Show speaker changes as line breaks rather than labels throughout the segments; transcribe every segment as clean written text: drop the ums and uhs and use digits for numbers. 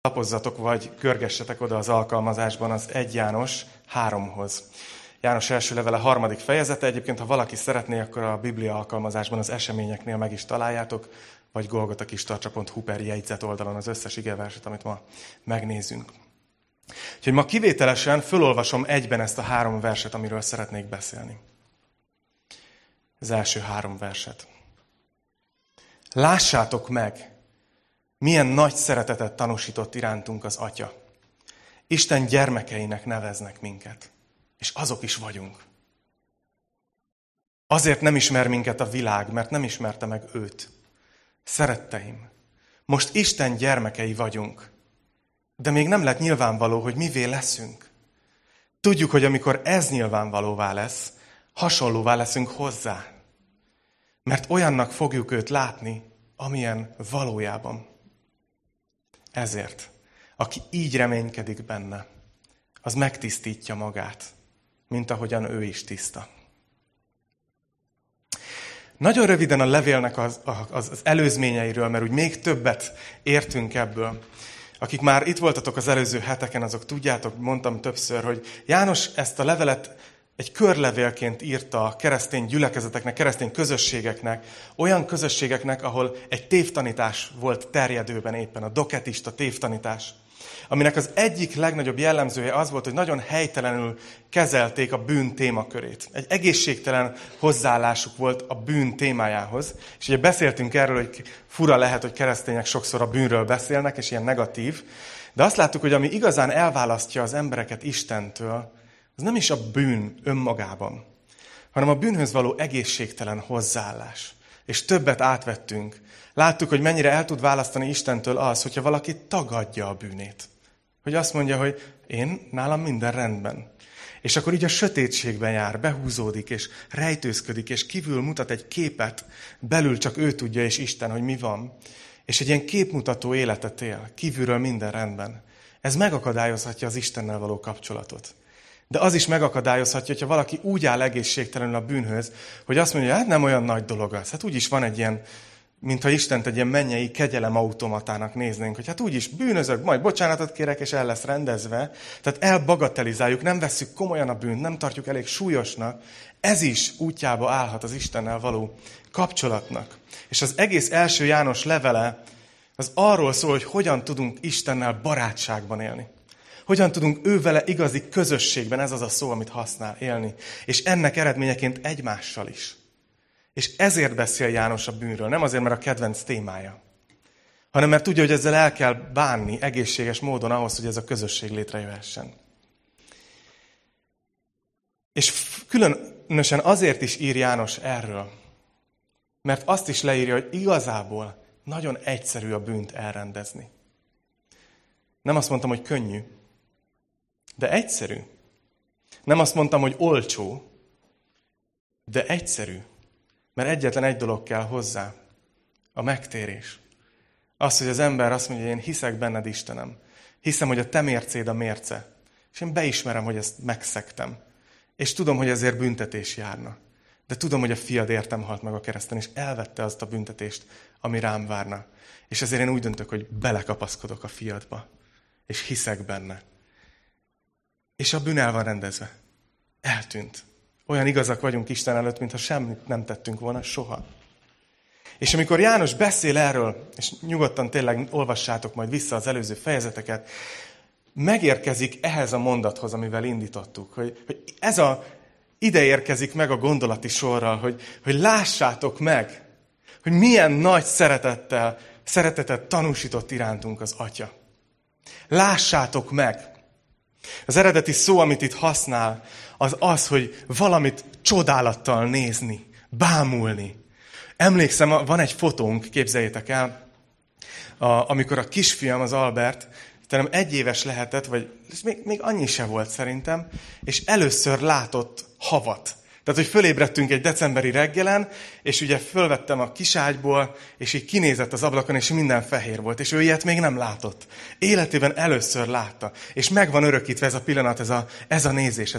Lapozzatok, vagy görgessetek oda az alkalmazásban az 1 János 3-hoz. János első levele 3. fejezete. Egyébként, ha valaki szeretné, akkor a Biblia alkalmazásban az eseményeknél meg is találjátok, vagy golgotakistarcsa.hu/jegyzet oldalon az összes igeverset, amit ma megnézünk. Úgyhogy ma kivételesen fölolvasom egyben ezt a 3 verset, amiről szeretnék beszélni. Az első 3 verset. Lássátok meg, milyen nagy szeretetet tanúsított irántunk az Atya. Isten gyermekeinek neveznek minket, és azok is vagyunk. Azért nem ismer minket a világ, mert nem ismerte meg őt. Szeretteim, most Isten gyermekei vagyunk, de még nem lett nyilvánvaló, hogy mivé leszünk. Tudjuk, hogy amikor ez nyilvánvalóvá lesz, hasonlóvá leszünk hozzá. Mert olyannak fogjuk őt látni, amilyen valójában. Ezért, aki így reménykedik benne, az megtisztítja magát, mint ahogyan ő is tiszta. Nagyon röviden a levélnek az előzményeiről, mert úgy még többet értünk ebből. Akik már itt voltatok az előző heteken, azok tudjátok, mondtam többször, hogy János ezt a levelet egy körlevélként írta a keresztény gyülekezeteknek, keresztény közösségeknek, olyan közösségeknek, ahol egy tévtanítás volt terjedőben éppen, a doketista tévtanítás, aminek az egyik legnagyobb jellemzője az volt, hogy nagyon helytelenül kezelték a bűn témakörét. Egy egészségtelen hozzáállásuk volt a bűn témájához, és ugye beszéltünk erről, hogy fura lehet, hogy keresztények sokszor a bűnről beszélnek, és ilyen negatív, de azt láttuk, hogy ami igazán elválasztja az embereket Istentől, az nem is a bűn önmagában, hanem a bűnhöz való egészségtelen hozzáállás. És többet átvettünk. Láttuk, hogy mennyire el tud választani Istentől az, hogyha valaki tagadja a bűnét. Hogy azt mondja, hogy nálam minden rendben. És akkor így a sötétségben jár, behúzódik, és rejtőzködik, és kívül mutat egy képet, belül csak ő tudja, és Isten, hogy mi van. És egy ilyen képmutató életet él, kívülről minden rendben. Ez megakadályozhatja az Istennel való kapcsolatot. De az is megakadályozhatja, hogyha valaki úgy áll egészségtelenül a bűnhöz, hogy azt mondja, hát nem olyan nagy dolog az. Hát úgyis van egy ilyen, mintha Istent egy ilyen mennyei kegyelem automatának néznénk, hogy hát úgyis bűnözök, majd bocsánatot kérek, és el lesz rendezve. Tehát elbagatelizáljuk, nem vesszük komolyan a bűnt, nem tartjuk elég súlyosnak. Ez is útjába állhat az Istennel való kapcsolatnak. És az egész első János levele az arról szól, hogy hogyan tudunk Istennel barátságban élni. Hogyan tudunk ővele igazi közösségben, ez az a szó, amit használ, élni. És ennek eredményeként egymással is. És ezért beszél János a bűnről. Nem azért, mert a kedvenc témája, hanem mert tudja, hogy ezzel el kell bánni egészséges módon ahhoz, hogy ez a közösség létrejöhessen. És különösen azért is ír János erről, mert azt is leírja, hogy igazából nagyon egyszerű a bűnt elrendezni. Nem azt mondtam, hogy könnyű, de egyszerű. Nem azt mondtam, hogy olcsó, de egyszerű. Mert egyetlen egy dolog kell hozzá, a megtérés. Az, hogy az ember azt mondja, hogy én hiszek benned, Istenem. Hiszem, hogy a te mércéd a mérce. És én beismerem, hogy ezt megszegtem. És tudom, hogy ezért büntetés járna. De tudom, hogy a fiad értem halt meg a kereszten, és elvette azt a büntetést, ami rám várna. És ezért én úgy döntök, hogy belekapaszkodok a fiadba. És hiszek benne. És a bűn el van rendezve. Eltűnt. Olyan igazak vagyunk Isten előtt, mintha semmit nem tettünk volna soha. És amikor János beszél erről, és nyugodtan tényleg olvassátok majd vissza az előző fejezeteket, megérkezik ehhez a mondathoz, amivel indítottuk. Hogy ide érkezik meg a gondolati sorral, hogy lássátok meg, hogy milyen nagy szeretetet tanúsított irántunk az Atya. Lássátok meg. Az eredeti szó, amit itt használ, az, hogy valamit csodálattal nézni, bámulni. Emlékszem, van egy fotónk, képzeljétek el, amikor a kisfiam, az Albert, talán 1 éves lehetett, vagy még annyi se volt szerintem, és először látott havat. Tehát, hogy fölébredtünk egy decemberi reggelen, és ugye fölvettem a kiságyból, és így kinézett az ablakon, és minden fehér volt, és ő ilyet még nem látott. Életében először látta. És meg van örökítve ez a pillanat, ez a nézés,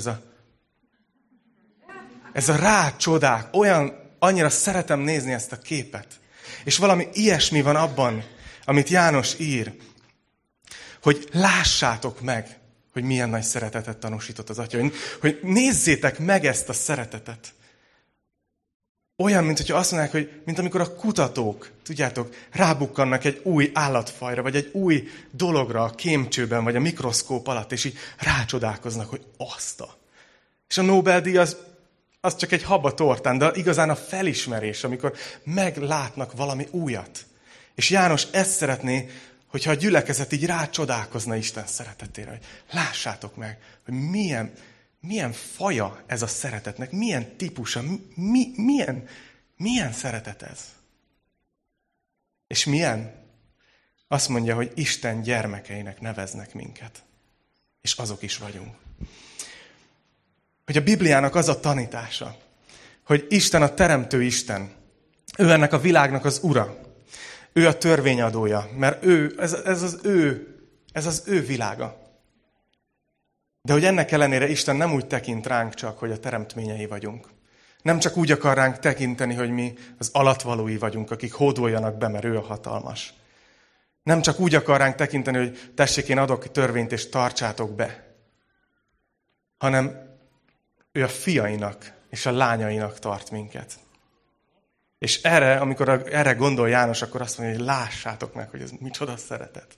ez a rácsodák, annyira szeretem nézni ezt a képet. És valami ilyesmi van abban, amit János ír, hogy lássátok meg, hogy milyen nagy szeretetet tanúsított az Atya. Hogy nézzétek meg ezt a szeretetet. Olyan, mint hogyha azt mondják, hogy mint amikor a kutatók, tudjátok, rábukkannak egy új állatfajra, vagy egy új dologra a kémcsőben, vagy a mikroszkóp alatt, és így rácsodálkoznak, hogy És a Nobel-díj az csak egy haba tortán, de igazán a felismerés, amikor meglátnak valami újat. És János ezt szeretné, hogyha a gyülekezet így rácsodálkozna Isten szeretetére, hogy lássátok meg, hogy milyen faja ez a szeretetnek, milyen típusa, milyen szeretet ez. És milyen? Azt mondja, hogy Isten gyermekeinek neveznek minket. És azok is vagyunk. Hogy a Bibliának az a tanítása, hogy Isten a teremtő Isten. Ő ennek a világnak az ura. Ő a törvényadója, mert ez az ő világa. De hogy ennek ellenére Isten nem úgy tekint ránk csak, hogy a teremtményei vagyunk. Nem csak úgy akar ránk tekinteni, hogy mi az alattvalói vagyunk, akik hódoljanak be, mert ő a hatalmas. Nem csak úgy akar ránk tekinteni, hogy tessék, én adok törvényt, és tartsátok be. Hanem ő a fiainak és a lányainak tart minket. És amikor erre gondol János, akkor azt mondja, hogy lássátok meg, hogy ez micsoda szeretet.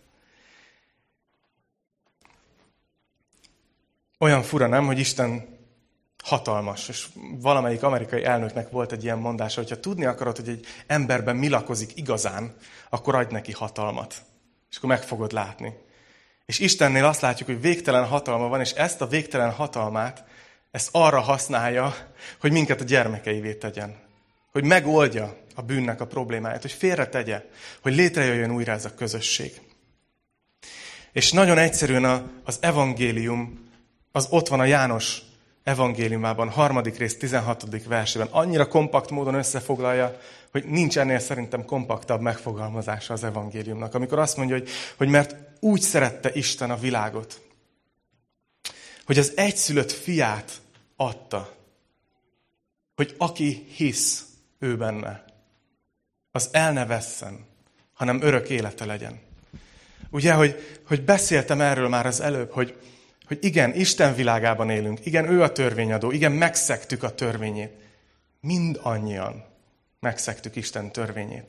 Olyan fura, nem, hogy Isten hatalmas. És valamelyik amerikai elnöknek volt egy ilyen mondása, hogyha tudni akarod, hogy egy emberben mi lakozik igazán, akkor adj neki hatalmat. És akkor meg fogod látni. És Istennél azt látjuk, hogy végtelen hatalma van, és ezt a végtelen hatalmát, ezt arra használja, hogy minket a gyermekeivé tegyen. Hogy megoldja a bűnnek a problémáját, hogy félretegye, hogy létrejöjjön újra ez a közösség. És nagyon egyszerűen az evangélium, az ott van a János evangéliumában, 3. rész 16. versében. Annyira kompakt módon összefoglalja, hogy nincs ennél szerintem kompaktabb megfogalmazása az evangéliumnak. Amikor azt mondja, hogy mert úgy szerette Isten a világot, hogy az egyszülött fiát adta, hogy aki hisz ő benne, az el ne vesszen, hanem örök élete legyen. Ugye, hogy beszéltem erről már az előbb, hogy igen, Isten világában élünk, igen, ő a törvényadó, igen, megszegtük a törvényét. Mindannyian megszegtük Isten törvényét.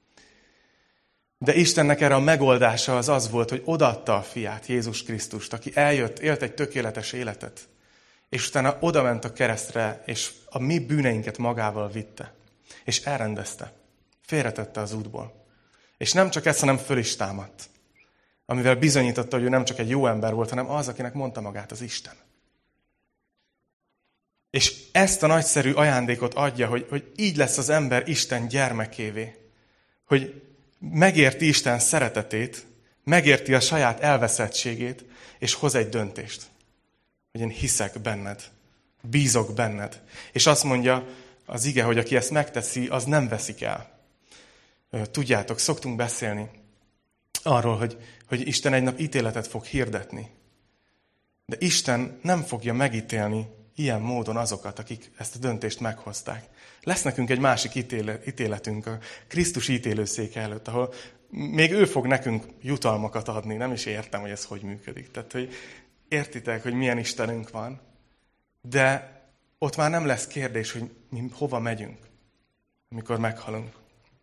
De Istennek erre a megoldása az volt, hogy odaadta a fiát, Jézus Krisztust, aki eljött, élt egy tökéletes életet, és utána odament a keresztre, és a mi bűneinket magával vitte. És elrendezte. Félretette az útból. És nem csak ezt, hanem föl is támadt. Amivel bizonyította, hogy ő nem csak egy jó ember volt, hanem az, akinek mondta magát az Isten. És ezt a nagyszerű ajándékot adja, hogy így lesz az ember Isten gyermekévé. Hogy megérti Isten szeretetét, megérti a saját elveszettségét, és hoz egy döntést. Hogy én hiszek benned, bízok benned. És azt mondja az ige, hogy aki ezt megteszi, az nem veszik el. Tudjátok, szoktunk beszélni arról, hogy Isten egy nap ítéletet fog hirdetni. De Isten nem fogja megítélni ilyen módon azokat, akik ezt a döntést meghozták. Lesz nekünk egy másik ítéletünk a Krisztus ítélőszéke előtt, ahol még ő fog nekünk jutalmakat adni. Nem is értem, hogy ez hogy működik. Tehát, hogy értitek, hogy milyen Istenünk van, de ott már nem lesz kérdés, hogy mi hova megyünk, amikor meghalunk.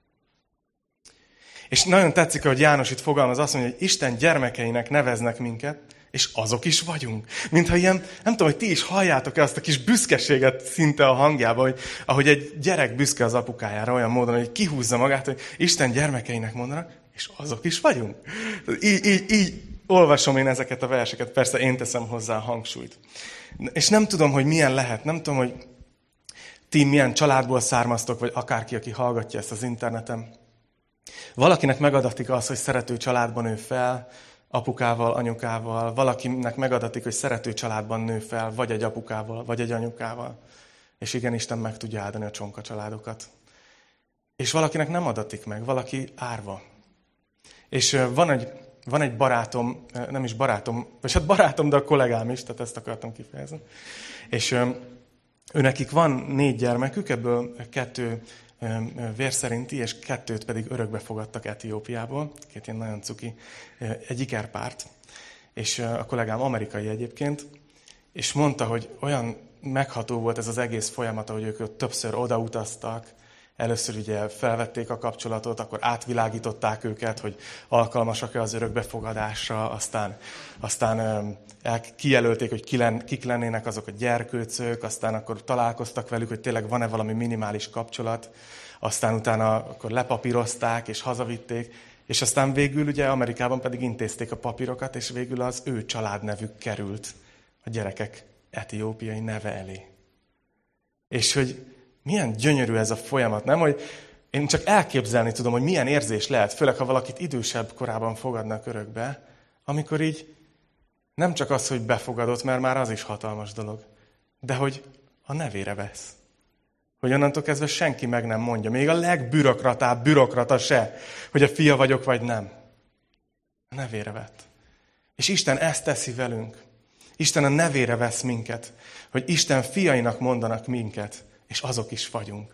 És nagyon tetszik, hogy János itt fogalmaz, azt mondja, hogy Isten gyermekeinek neveznek minket, és azok is vagyunk. Mintha ilyen, nem tudom, hogy ti is halljátok-e azt a kis büszkeséget szinte a hangjában, hogy ahogy egy gyerek büszke az apukájára olyan módon, hogy kihúzza magát, hogy Isten gyermekeinek mondanak, és azok is vagyunk. Így olvasom én ezeket a verseket, persze én teszem hozzá a hangsúlyt. És nem tudom, hogy milyen lehet, nem tudom, hogy ti milyen családból származtok, vagy akárki, aki hallgatja ezt az interneten. Valakinek megadatik az, hogy szerető családban nő fel, apukával, anyukával. Valakinek megadatik, hogy szerető családban nő fel, vagy egy apukával, vagy egy anyukával. És igen, Isten meg tudja áldani a csonka családokat. És valakinek nem adatik meg, valaki árva. És van egy barátom, nem is barátom, vagy hát barátom, de a kollégám is, tehát ezt akartam kifejezni. És őnekik van 4 gyermekük, ebből 2 vérszerinti, és 2 pedig örökbe fogadtak Etiópiából, 2 ilyen nagyon cuki, egy ikerpárt. és a kollégám amerikai egyébként, és mondta, hogy olyan megható volt ez az egész folyamat, hogy ők többször odautaztak, először ugye felvették a kapcsolatot, akkor átvilágították őket, hogy alkalmasak-e az örökbefogadásra, aztán kijelölték, hogy kik lennének azok a gyerkőcök, aztán akkor találkoztak velük, hogy tényleg van-e valami minimális kapcsolat, aztán utána akkor lepapírozták és hazavitték, és aztán végül ugye Amerikában pedig intézték a papírokat, és végül az ő családnevük került a gyerekek etiópiai neve elé. És hogy milyen gyönyörű ez a folyamat, nem? Hogy én csak elképzelni tudom, hogy milyen érzés lehet, főleg ha valakit idősebb korában fogadnak örökbe, amikor így nem csak az, hogy befogadott, mert már az is hatalmas dolog, de hogy a nevére vesz. Hogy onnantól kezdve senki meg nem mondja, még a legbürokratább bürokrata se, hogy a fia vagyok, vagy nem. A nevére vett. És Isten ezt teszi velünk. Isten a nevére vesz minket, hogy Isten fiainak mondanak minket, és azok is vagyunk.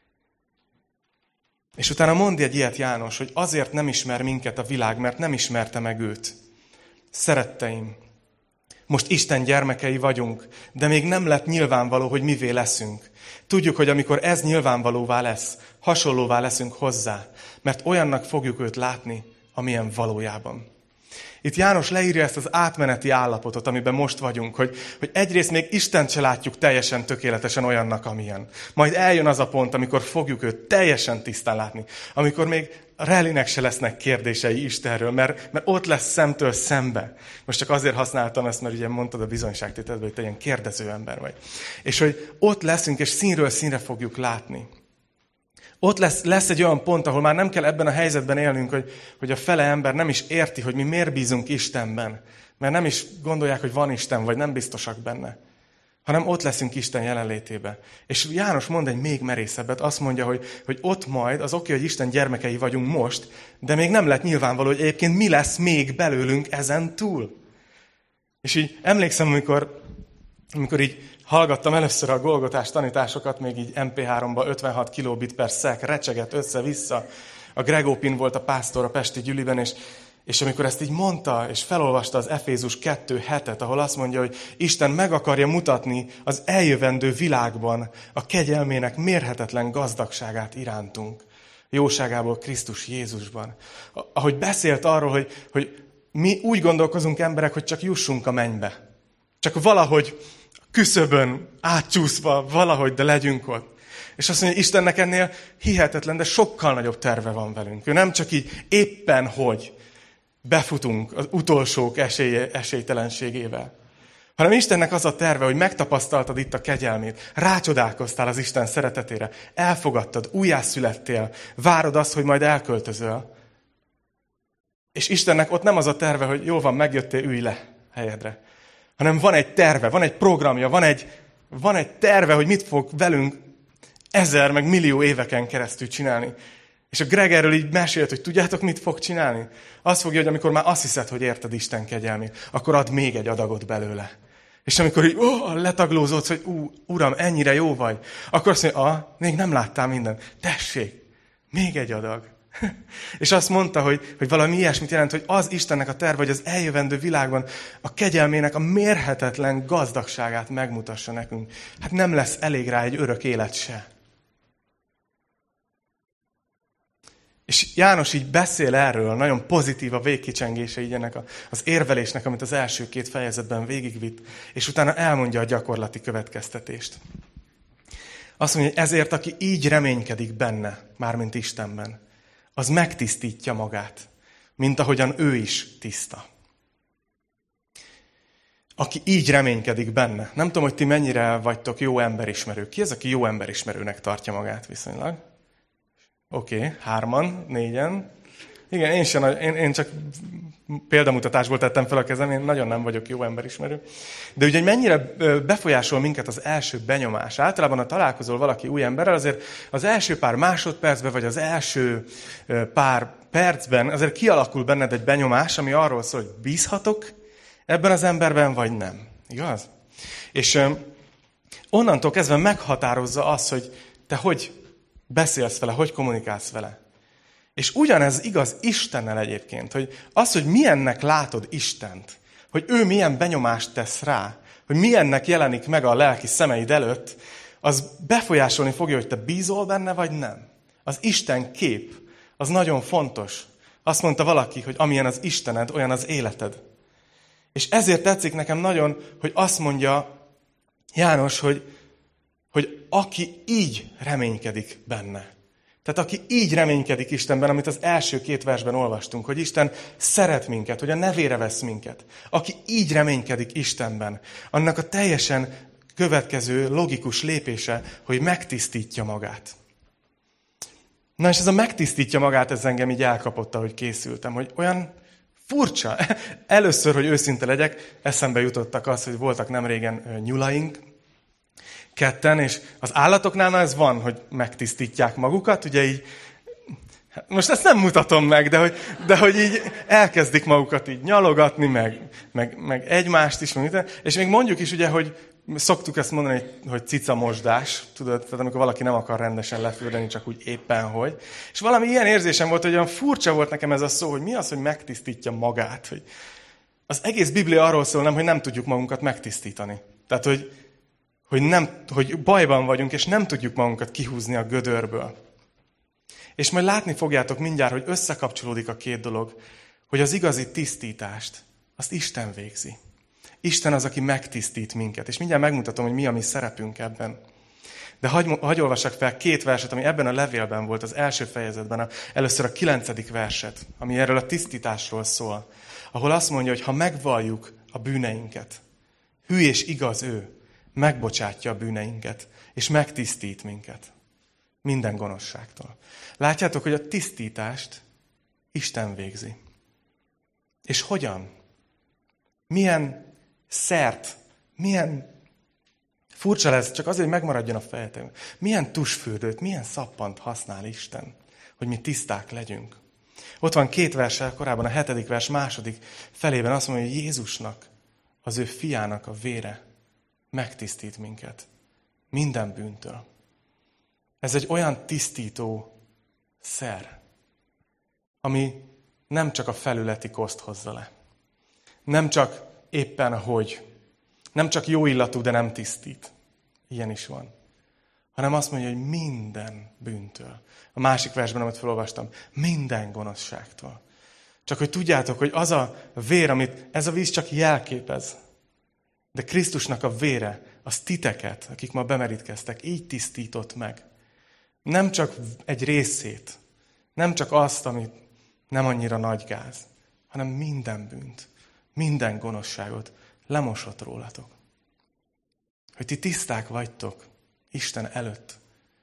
És utána mondja egy ilyet János, hogy azért nem ismer minket a világ, mert nem ismerte meg őt. Szeretteim, most Isten gyermekei vagyunk, de még nem lett nyilvánvaló, hogy mivé leszünk. Tudjuk, hogy amikor ez nyilvánvalóvá lesz, hasonlóvá leszünk hozzá, mert olyannak fogjuk őt látni, amilyen valójában. Itt János leírja ezt az átmeneti állapotot, amiben most vagyunk, hogy egyrészt még Istent se látjuk teljesen tökéletesen olyannak, amilyen. Majd eljön az a pont, amikor fogjuk őt teljesen tisztán látni, amikor még Relinek se lesznek kérdései Istenről, mert ott lesz szemtől szembe. Most csak azért használtam ezt, mert ugye mondtad a bizonyságtételben, hogy te ilyen kérdező ember vagy. És hogy ott leszünk, és színről színre fogjuk látni. Ott lesz egy olyan pont, ahol már nem kell ebben a helyzetben élnünk, hogy a fele ember nem is érti, hogy mi miért bízunk Istenben. Mert nem is gondolják, hogy van Isten, vagy nem biztosak benne. Hanem ott leszünk Isten jelenlétébe. És János mond egy még merészebbet, azt mondja, hogy ott majd, az oké, hogy Isten gyermekei vagyunk most, de még nem lett nyilvánvaló, hogy egyébként mi lesz még belőlünk ezen túl. És így emlékszem, amikor így hallgattam először a Golgotás tanításokat, még így MP3-ba 56 kbit/szek, recsegett össze-vissza. A Gregó Pin volt a pásztor a pesti gyüliben, és amikor ezt így mondta, és felolvasta az Efézus 2:7, ahol azt mondja, hogy Isten meg akarja mutatni az eljövendő világban a kegyelmének mérhetetlen gazdagságát irántunk. Jóságából Krisztus Jézusban. Ahogy beszélt arról, hogy mi úgy gondolkozunk emberek, hogy csak jussunk a mennybe. Csak valahogy küszöbön, átcsúszva, valahogy, de legyünk ott. És azt mondja, hogy Istennek ennél hihetetlen, de sokkal nagyobb terve van velünk. Ő nem csak így éppen, hogy befutunk az utolsók esélytelenségével, hanem Istennek az a terve, hogy megtapasztaltad itt a kegyelmét, rácsodálkoztál az Isten szeretetére, elfogadtad, újjászülettél, várod azt, hogy majd elköltözöl. És Istennek ott nem az a terve, hogy jó van, megjöttél, ülj le helyedre, hanem van egy terve, van egy programja, van egy terve, hogy mit fog velünk 1000 meg millió éveken keresztül csinálni. És a Greg erről így mesélt, hogy tudjátok, mit fog csinálni? Azt fogja, hogy amikor már azt hiszed, hogy érted Isten kegyelmét, akkor ad még egy adagot belőle. És amikor így letaglózódsz, hogy Uram, ennyire jó vagy, akkor azt mondja, még nem láttál mindent. Tessék, még egy adag. És azt mondta, hogy valami ilyesmit jelent, hogy az Istennek a terve, hogy az eljövendő világban a kegyelmének a mérhetetlen gazdagságát megmutassa nekünk. Hát nem lesz elég rá egy örök élet se. És János így beszél erről, nagyon pozitív a végkicsengése így ennek az érvelésnek, amit az első 2 fejezetben végigvitt, és utána elmondja a gyakorlati következtetést. Azt mondja, hogy ezért, aki így reménykedik benne, mármint Istenben, az megtisztítja magát, mint ahogyan ő is tiszta. Aki így reménykedik benne. Nem tudom, hogy ti mennyire vagytok jó emberismerők. Ki az, aki jó emberismerőnek tartja magát viszonylag? Oké, 3-an, 4-en. Igen, én csak példamutatásból tettem fel a kezem, én nagyon nem vagyok jó emberismerő. De ugye, hogy mennyire befolyásol minket az első benyomás. Általában, ha találkozol valaki új emberrel, azért az első pár másodpercben, vagy az első pár percben azért kialakul benned egy benyomás, ami arról szól, hogy bízhatok ebben az emberben, vagy nem. Igaz? És onnantól kezdve meghatározza azt, hogy te hogy beszélsz vele, hogy kommunikálsz vele. És ugyanez igaz Istennel egyébként, hogy az, hogy milyennek látod Istent, hogy ő milyen benyomást tesz rá, hogy milyennek jelenik meg a lelki szemeid előtt, az befolyásolni fogja, hogy te bízol benne, vagy nem. Az Isten kép, az nagyon fontos. Azt mondta valaki, hogy amilyen az Istened, olyan az életed. És ezért tetszik nekem nagyon, hogy azt mondja János, hogy aki így reménykedik benne. Tehát aki így reménykedik Istenben, amit az első 2 versben olvastunk, hogy Isten szeret minket, hogy a nevére vesz minket. Aki így reménykedik Istenben, annak a teljesen következő logikus lépése, hogy megtisztítja magát. Na és ez a megtisztítja magát, ez engem így elkapott, ahogy készültem, hogy olyan furcsa. Először, hogy őszinte legyek, eszembe jutottak az, hogy voltak nemrégen nyulaink, ketten, és az állatoknál ez van, hogy megtisztítják magukat, ugye így, most ezt nem mutatom meg, de hogy így elkezdik magukat így nyalogatni, meg egymást is, és még mondjuk is ugye, hogy szoktuk ezt mondani, hogy cicamosdás, tudod, tehát amikor valaki nem akar rendesen lefürdeni, csak úgy éppen hogy. És valami ilyen érzésem volt, hogy olyan furcsa volt nekem ez a szó, hogy mi az, hogy megtisztítja magát. Hogy az egész Biblia arról szól, nem, hogy nem tudjuk magunkat megtisztítani. Tehát, hogy bajban vagyunk, és nem tudjuk magunkat kihúzni a gödörből. És majd látni fogjátok mindjárt, hogy összekapcsolódik a 2 dolog, hogy az igazi tisztítást, azt Isten végzi. Isten az, aki megtisztít minket. És mindjárt megmutatom, hogy mi a mi szerepünk ebben. De hagy olvassak fel 2 verset, ami ebben a levélben volt, az első fejezetben, először a 9. verset, ami erről a tisztításról szól, ahol azt mondja, hogy ha megvalljuk a bűneinket, hű és igaz ő, megbocsátja a bűneinket, és megtisztít minket minden gonoszságtól. Látjátok, hogy a tisztítást Isten végzi. És hogyan? Milyen szert, milyen furcsa lesz, csak azért, hogy megmaradjon a fejetem. Milyen tusfürdőt, milyen szappant használ Isten, hogy mi tiszták legyünk. Ott van 2 verssel korábban, a 7. vers második felében azt mondja, hogy Jézusnak, az ő fiának a vére megtisztít minket minden bűntől. Ez egy olyan tisztító szer, ami nem csak a felületi koszt hozza le. Nem csak éppen hogy. Nem csak jó illatú, de nem tisztít. Ilyen is van. Hanem azt mondja, hogy minden bűntől. A másik versben, amit felolvastam, minden gonoszságtól. Csak hogy tudjátok, hogy az a vér, amit ez a víz csak jelképez, de Krisztusnak a vére, az titeket, akik ma bemerítkeztek, így tisztított meg. Nem csak egy részét, nem csak azt, amit nem annyira nagy gáz, hanem minden bűnt, minden gonoszságot lemosott rólatok. Hogy ti tiszták vagytok Isten előtt.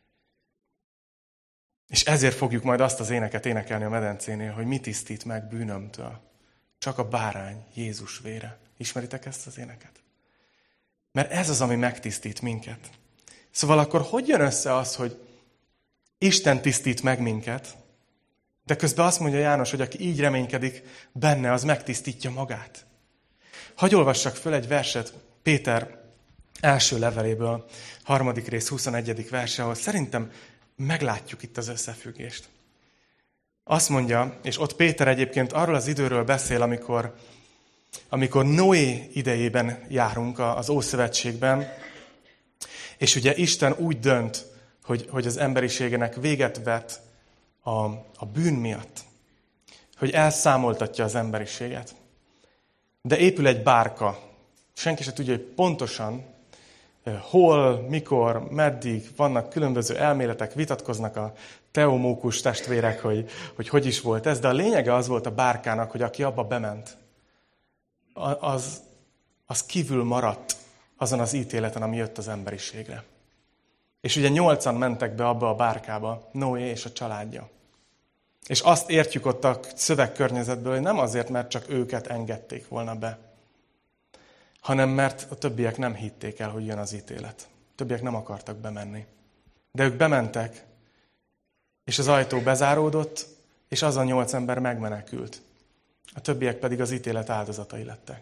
És ezért fogjuk majd azt az éneket énekelni a medencénél, hogy mi tisztít meg bűnömtől. Csak a bárány, Jézus vére. Ismeritek ezt az éneket? Mert ez az, ami megtisztít minket. Szóval akkor hogy jön össze az, hogy Isten tisztít meg minket, de közben azt mondja János, hogy aki így reménykedik benne, az megtisztítja magát. Hagy olvassak föl egy verset Péter első leveléből, 3. rész 21. verse, ahol szerintem meglátjuk itt az összefüggést. Azt mondja, és ott Péter egyébként arról az időről beszél, amikor Noé idejében járunk az Ószövetségben, és ugye Isten úgy dönt, hogy az emberiségének véget vet a bűn miatt, hogy elszámoltatja az emberiséget. De épül egy bárka. Senki se tudja, hogy pontosan hol, mikor, meddig vannak különböző elméletek, vitatkoznak a teomókus testvérek, hogy is volt ez, de a lényege az volt a bárkának, hogy aki abba bement, az kívül maradt azon az ítéleten, ami jött az emberiségre. És ugye 8-an mentek be abba a bárkába, Noé és a családja. És azt értjük ott a szövegkörnyezetből, hogy nem azért, mert csak őket engedték volna be, hanem mert a többiek nem hitték el, hogy jön az ítélet. A többiek nem akartak bemenni. De ők bementek, és az ajtó bezáródott, és az a 8 ember megmenekült. A többiek pedig az ítélet áldozatai lettek.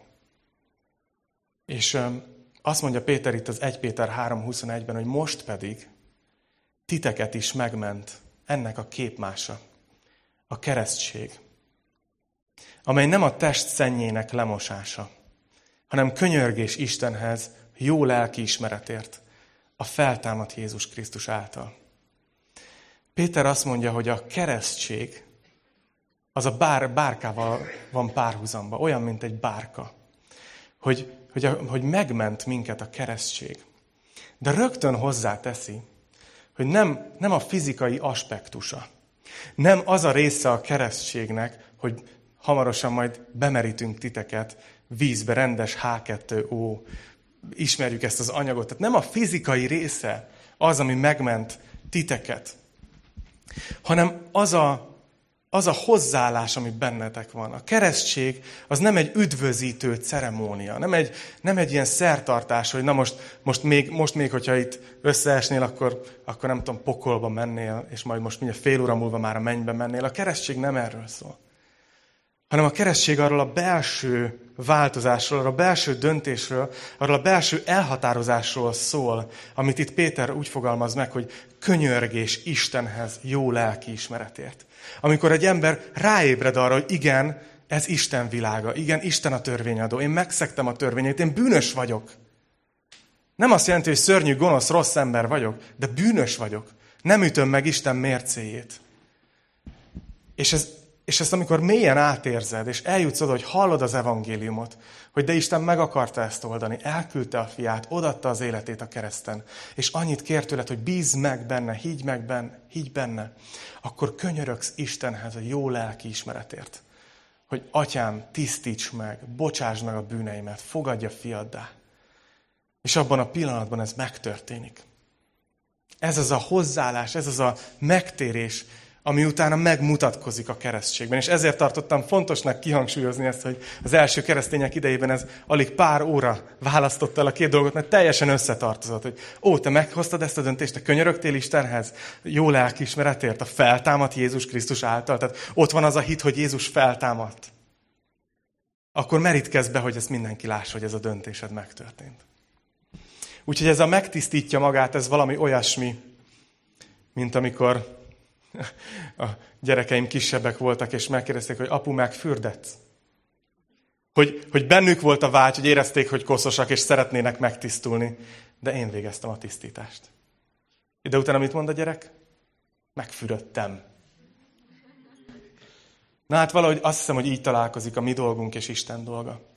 És azt mondja Péter itt az 1 Péter 3.21-ben, hogy most pedig titeket is megment ennek a képmása, a keresztség, amely nem a test szennyének lemosása, hanem könyörgés Istenhez jó lelkiismeretért, a feltámadt Jézus Krisztus által. Péter azt mondja, hogy a keresztség az a bárkával van párhuzamba, olyan, mint egy bárka. Hogy megment minket a keresztség. De rögtön hozzáteszi, hogy nem a fizikai aspektusa, nem az a része a keresztségnek, hogy hamarosan majd bemerítünk titeket vízbe, rendes H2O, ismerjük ezt az anyagot. Tehát nem a fizikai része az, ami megment titeket, hanem az a hozzáállás, ami bennetek van. A keresztség az nem egy üdvözítő ceremónia, nem egy ilyen szertartás, hogy na most még, hogyha itt összeesnél, akkor nem tudom, pokolba mennél, és majd most mindjárt fél óra múlva már a mennybe mennél. A keresztség nem erről szól. Hanem a keresztség arról a belső változásról, arról a belső döntésről, arról a belső elhatározásról szól, amit itt Péter úgy fogalmaz meg, hogy könyörgés Istenhez jó lelkiismeretért. Amikor egy ember ráébred arra, hogy igen, ez Isten világa, igen, Isten a törvényadó, én megszegtem a törvényét, én bűnös vagyok. Nem azt jelenti, hogy szörnyű, gonosz, rossz ember vagyok, de bűnös vagyok. Nem ütöm meg Isten mércéjét. És ezt amikor mélyen átérzed, és eljutsz oda, hogy hallod az evangéliumot, hogy de Isten meg akarta ezt oldani, elküldte a fiát, odaadta az életét a kereszten, és annyit kér tőled, hogy bízz meg benne, higgy benne, akkor könyörögsz Istenhez a jó lelki ismeretért. Hogy atyám, tisztíts meg, bocsásd meg a bűneimet, fogadja fiaddá. És abban a pillanatban ez megtörténik. Ez az a hozzáállás, ez az a megtérés, ami utána megmutatkozik a keresztségben. És ezért tartottam fontosnak kihangsúlyozni ezt, hogy az első keresztények idejében ez alig pár óra választotta el a két dolgot, mert teljesen összetartozott, hogy te meghoztad ezt a döntést, te könyörögtél Istenhez, jó lelkiismeretért, a feltámadt Jézus Krisztus által. Tehát ott van az a hit, hogy Jézus feltámadt. Akkor merítkezz be, hogy ezt mindenki lássa, hogy ez a döntésed megtörtént. Úgyhogy ez a megtisztítja magát, ez valami olyasmi, mint amikor a gyerekeim kisebbek voltak, és megkérdezték, hogy apu, megfürdetsz? Hogy bennük volt a vágy, hogy érezték, hogy koszosak, és szeretnének megtisztulni. De én végeztem a tisztítást. De utána mit mond a gyerek? Megfürödtem. Na hát valahogy azt hiszem, hogy így találkozik a mi dolgunk és Isten dolga.